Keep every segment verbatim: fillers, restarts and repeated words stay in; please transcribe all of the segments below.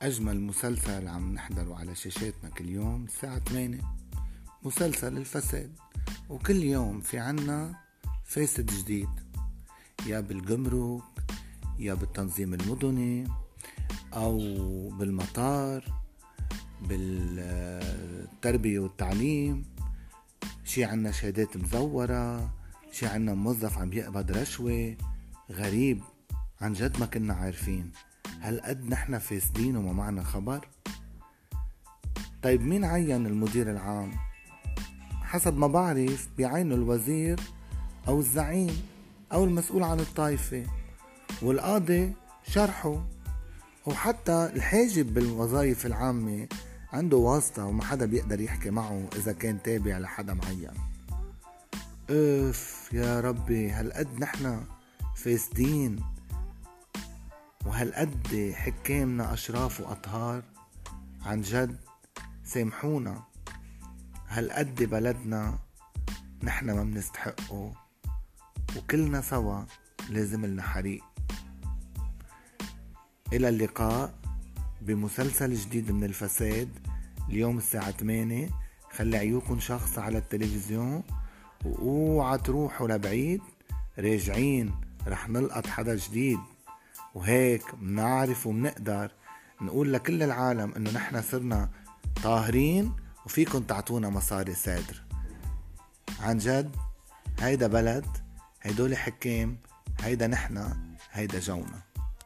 أجمل مسلسل عم نحضره على شاشاتنا كل يوم الساعة ثمانية، مسلسل الفساد. وكل يوم في عنا فاسد جديد، يا بالجمرك يا بالتنظيم المدني أو بالمطار، بالتربية والتعليم. شي عنا شهادات مزورة، شي عنا موظف عم يقبض رشوة. غريب عن جد، ما كنا عارفين. هل قد نحن فاسدين وما معنا خبر؟ طيب مين عين المدير العام؟ حسب ما بعرف بيعينه الوزير أو الزعيم أو المسؤول عن الطائفة، والقاضي شرحه. وحتى الحاجب بالوظائف العامة عنده واسطة وما حدا بيقدر يحكي معه إذا كان تابع لحدا معين. اف يا ربي، هالقد نحن فاسدين وهالقد حكامنا أشراف وأطهار. عن جد سامحونا، هالقد بلدنا نحن ما بنستحقه، وكلنا سوا لازم لنا حريق. إلى اللقاء بمسلسل جديد من الفساد اليوم الساعة ثمانية. خلي عيوكم شخص على التلفزيون، واوعى تروحوا لبعيد. راجعين رح نلقط حدا جديد، وهيك منعرف ومنقدر نقول لكل العالم انه نحن صرنا طاهرين وفيكم تعطونا مصاري سادر. عن جد هيدا بلد، هيدول حكام، هيدا نحن، هيدا جونا.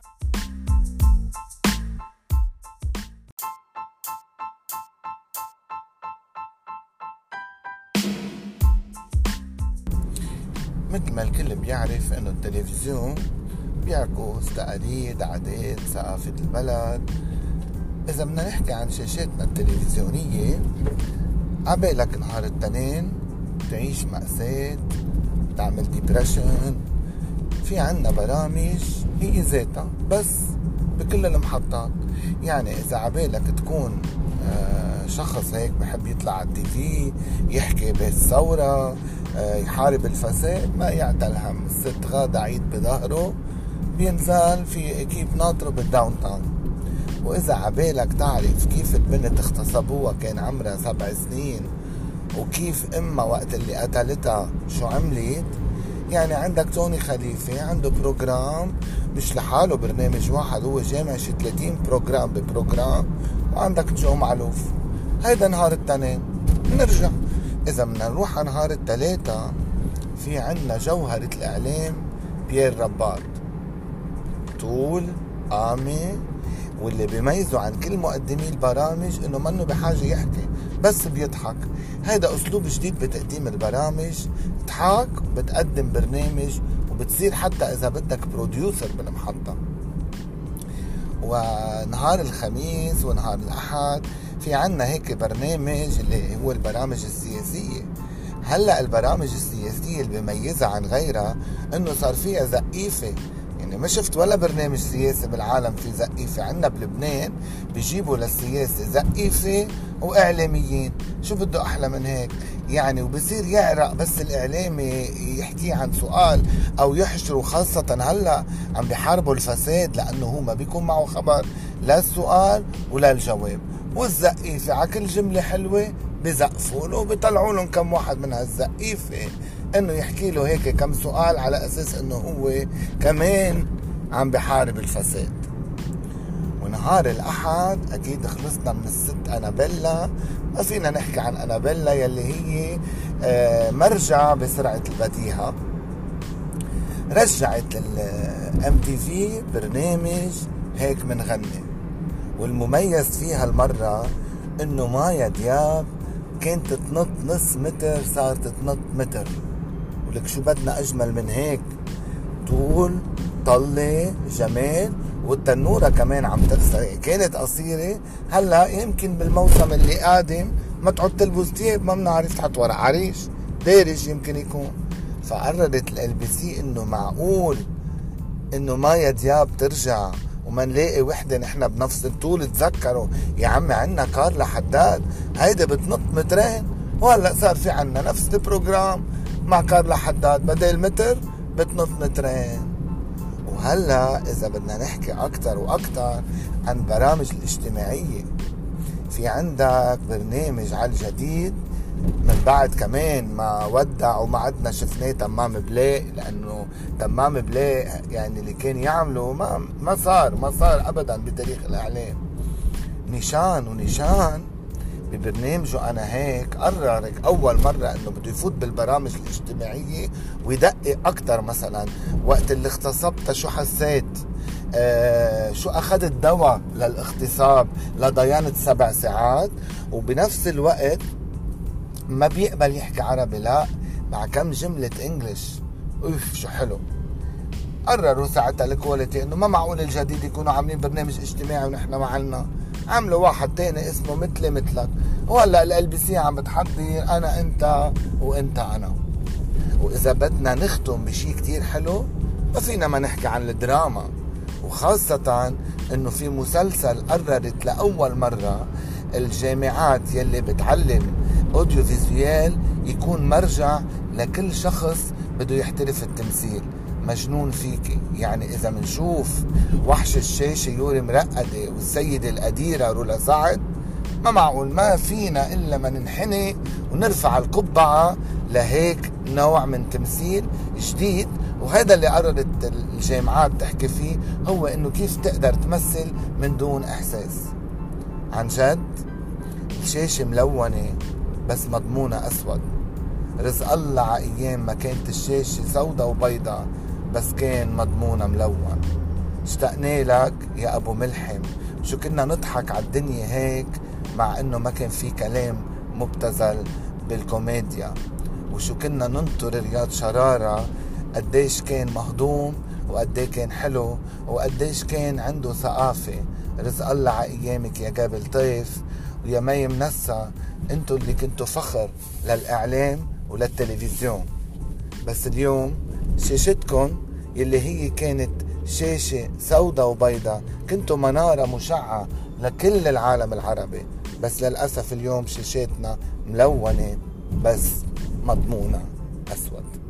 مثل ما الكل بيعرف انه التلفزيون بيعكس تقاليد، عادات، ثقافة البلد. إذا بدنا نحكي عن شاشاتنا التلفزيونية، عبالك نهار التنين تعيش مأساة، تعمل ديبريشن. في عنا برامج هي ذاتها بس بكل المحطات. يعني إذا عبالك تكون شخص هيك بحب يطلع على التي في يحكي بالثورة، يحارب الفساد، ما يعتل هم. الست غادة عيد بظهره بينزل في كيف ناطره بالداون تاون. واذا عبالك تعرف كيف البنت اغتصبوها كان عمرها سبع سنين، وكيف امها وقت اللي قتلتها شو عملت. يعني عندك توني خليفة عنده بروجرام مش لحاله، برنامج واحد، هو جامع شي ثلاثين بروجرام ببروجرام. وعندك جو معلوف، هيدا نهار التنين. نرجع اذا بدنا نروح على نهار التلاتة، في عنا جوهرة الاعلام بيير رباط، طول قامة، واللي بيميزه عن كل مقدمي البرامج انه منه بحاجة يحكي، بس بيضحك. هيدا اسلوب جديد بتقديم البرامج. تضحك، بتقدم برنامج، وبتصير حتى اذا بدك بروديوسر بالمحطة. ونهار الخميس ونهار الاحد في عنا هيك برنامج اللي هو البرامج السياسية. هلأ البرامج السياسية اللي بيميزها عن غيرها انه صار فيها زقيفة. يعني ما شفت ولا برنامج سياسي بالعالم في زقيفة. عنا بلبنان بيجيبوا للسياسة زقيفة وإعلاميين، شو بده أحلى من هيك؟ يعني وبصير يعرق بس الإعلامي يحكي عن سؤال أو يحشروا، خاصة هلأ عم بيحاربوا الفساد لأنه هو ما بيكون معه خبر لا السؤال ولا الجواب. والزقيفة على كل جملة حلوة بزقفوا له وبيطلعوا لهم كم واحد من هالزقيفة انه يحكي له هيك كم سؤال على اساس انه هو كمان عم بحارب الفساد. ونهار الاحد اكيد خلصنا من الست انابيلا. ما فينا نحكي عن انابيلا يلي هي مرجع بسرعة البديهة. رجعت الام تي في برنامج هيك منغني، والمميز فيها المرة انه مايا دياب كانت تنط نص متر صارت تنط متر. ولك شو بدنا اجمل من هيك؟ طول، طلة، جمال. والتنورة كمان عم ترسل، كانت قصيرة. هلا يمكن بالموسم اللي قادم ما تعود تلبس تياب، ما بنعرف تحط ورق عريش دارج يمكن يكون. فقررت ال بي سي انه معقول انه مايا دياب ترجع وما نلاقي وحدة نحن بنفس الطول. تذكروا يا عمي عنا كارلا حداد، هيدا بتنط مترين، وهلا صار في عنا نفس البروجرام مع كارلا حداد، بدل متر بتنط مترين. وهلأ إذا بدنا نحكي أكتر وأكتر عن برامج الاجتماعية، في عندك برنامج على الجديد من بعد كمان ما ودع وما عدنا شفناه تمام بلاق، لأنه تمام بلاق يعني اللي كان يعمله ما ما صار ما صار أبدا بتاريخ الإعلام. نيشان ونيشان ببرنامجه أنا هيك قرر أول مرة أنه بده يفوت بالبرامج الاجتماعية ويدقق أكتر. مثلا وقت اللي اغتصبت شو حسيت، آه شو أخذت دواء للاغتصاب لضيانة سبع ساعات، وبنفس الوقت ما بيقبل يحكي عربي، لا مع كم جملة انجلش. اوف شو حلو. قرروا ساعتها الكواليتي انه ما معقول الجديد يكونوا عاملين برنامج اجتماعي ونحن ما عنا، عملوا واحد تاني اسمه مثلي مثلك، وهلا ال بي سي عم بتحضر انا انت وانت انا. واذا بدنا نختم بشي كتير حلو ما فينا ما نحكي عن الدراما، وخاصة انه في مسلسل قررت لاول مرة الجامعات يلي بتعلم اوديو فيزيوال يكون مرجع لكل شخص بده يحترف التمثيل. مجنون فيكي، يعني اذا منشوف وحش الشاشة يوري مرقدة والسيدة القديرة رولا سعد، ما معقول ما فينا الا ما ننحني ونرفع القبعة لهيك نوع من تمثيل جديد. وهذا اللي قررت الجامعات تحكي فيه، هو انه كيف تقدر تمثل من دون احساس. عن جد الشاشة ملونة بس مضمونة اسود. رزق الله على ايام ما كانت الشاشة سودة وبيضة بس كان مضمونة ملون. اشتقنا لك يا ابو ملحم، شو كنا نضحك على الدنيا هيك مع انه ما كان في كلام مبتذل بالكوميديا، وشو كنا ننطر رياض شرارة قديش كان مهضوم وقديش كان حلو وقديش كان عنده ثقافة. رزق الله على ايامك يا جابل طيف ويا مي منسى، انتو اللي كنتوا فخر للاعلام وللتلفزيون. بس اليوم شاشتكم يلي هي كانت شاشة سودة وبيضة كنتوا منارة مشعة لكل العالم العربي، بس للأسف اليوم شاشاتنا ملونة بس مضمونة أسود.